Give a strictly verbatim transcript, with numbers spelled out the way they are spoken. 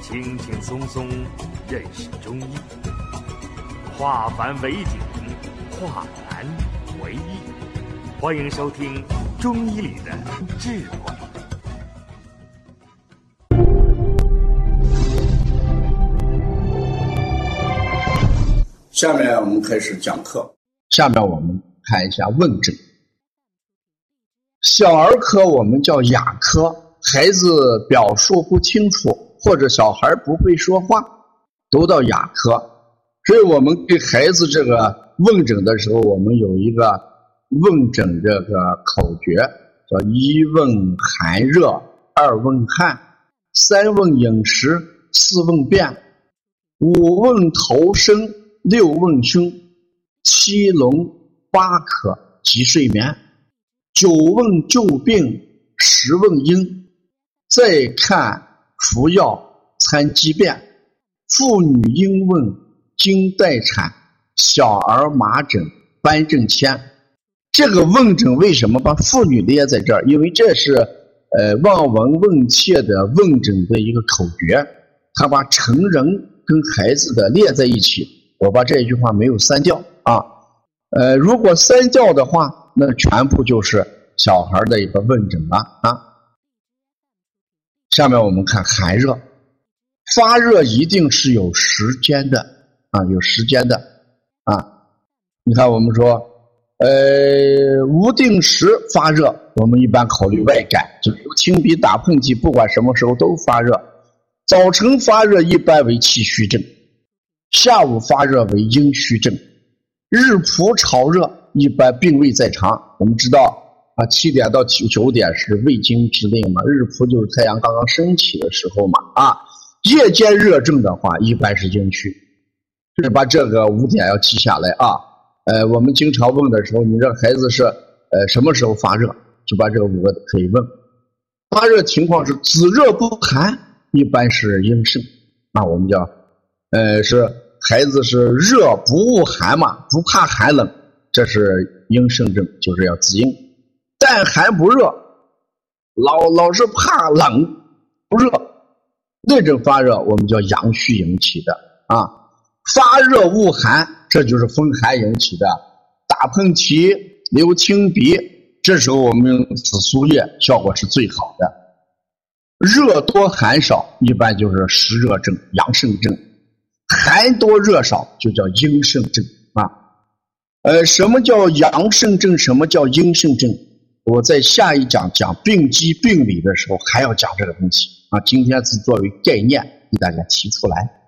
轻轻松松认识中医，化繁为简，化难为易。欢迎收听《中医里的智慧》。 下面我们开始讲课。 下面我们看一下问诊。小儿科我们叫哑科，孩子表述不清楚，或者小孩不会说话，都到哑科。所以我们给孩子这个问诊的时候，我们有一个问诊这个口诀，叫一问寒热，二问汗，三问饮食，四问便，五问头身，六问胸，七聋八渴及睡眠，九问旧病，十问因，再看服药参疾变，妇女应问经待产，小儿麻疹斑疹签。这个问诊为什么把妇女列在这儿？因为这是呃望闻问切的问诊的一个口诀，他把成人跟孩子的列在一起。我把这句话没有删掉啊，呃，如果删掉的话，那全部就是小孩的一个问诊了啊。下面我们看寒热，发热一定是有时间的啊，有时间的啊。你看我们说，呃，无定时发热，我们一般考虑外感，就流清鼻、打喷嚏，不管什么时候都发热。早晨发热一般为气虚症，下午发热为阴虚症，日仆潮热一般病胃在肠。我们知道啊，七点到九点是胃经之内嘛，日仆就是太阳刚刚升起的时候嘛啊，夜间热症的话一般是阴虚。所以把这个五点要记下来啊。呃，我们经常问的时候，你这孩子是呃什么时候发热，就把这五个可以问。发热情况是子热不寒，一般是阴盛啊，我们叫呃，是孩子是热不恶寒嘛，不怕寒冷，这是阴盛症，就是要子阴。但寒不热，老老是怕冷不热，那种发热我们叫阳虚引起的啊。发热恶寒，这就是风寒引起的，打喷嚏、流清鼻，这时候我们用紫苏叶效果是最好的。热多寒少，一般就是湿热症、阳盛症。寒多热少就叫阴盛症啊。呃，什么叫阳盛症？什么叫阴盛症？我在下一讲讲病机病理的时候还要讲这个东西啊。今天是作为概念给大家提出来。